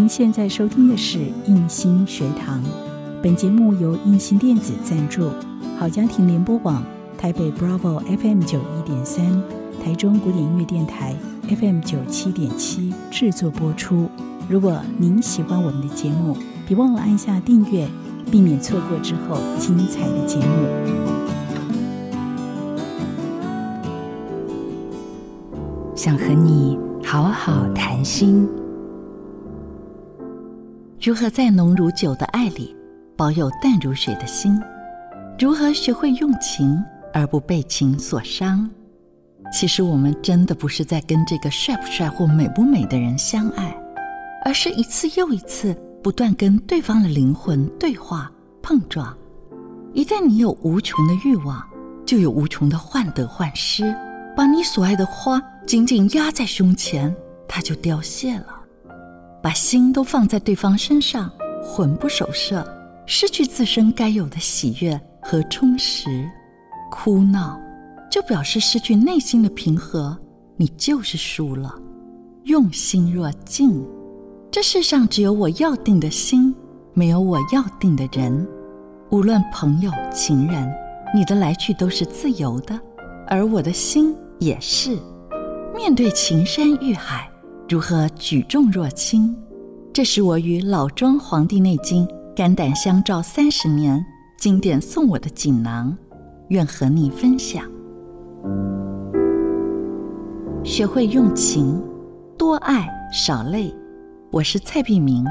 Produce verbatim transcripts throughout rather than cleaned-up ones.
现在收听的是映心学堂，本节目由映心电子赞助，好家庭联播网台北 Bravo F M 九一点三，台中古典音乐电台 F M 九七点七制作播出。如果您喜欢我们的节目，别忘了按下订阅，避免错过之后精彩的节目。 想和你好好谈心。如何在浓如酒的爱里保有淡如水的心？如何学会用情而不被情所伤？其实我们真的不是在跟这个帅不帅或美不美的人相爱，而是一次又一次不断跟对方的灵魂对话碰撞。一旦你有无穷的欲望，就有无穷的患得患失，把你所爱的花紧紧压在胸前，它就凋谢了。把心都放在对方身上，魂不守舍，失去自身该有的喜悦和充实，哭闹就表示失去内心的平和，你就是输了。用心若镜，这世上只有我要定的心，没有我要定的人。无论朋友情人，你的来去都是自由的，而我的心也是。面对情山欲海，如何举重若轻？这是我与老庄《黄帝内经》肝胆相照三十年经典送我的锦囊，愿和你分享。学会用情，多爱少累。我是蔡碧明。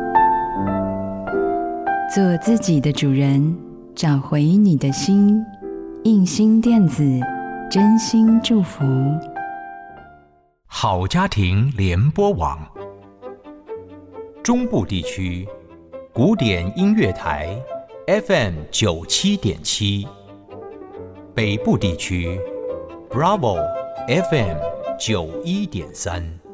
做自己的主人，找回你的心。映心电子真心祝福。 好家庭联播网，中部地区古典音乐台 F M 九七点七，北部地区 Bravo F M 九一点三。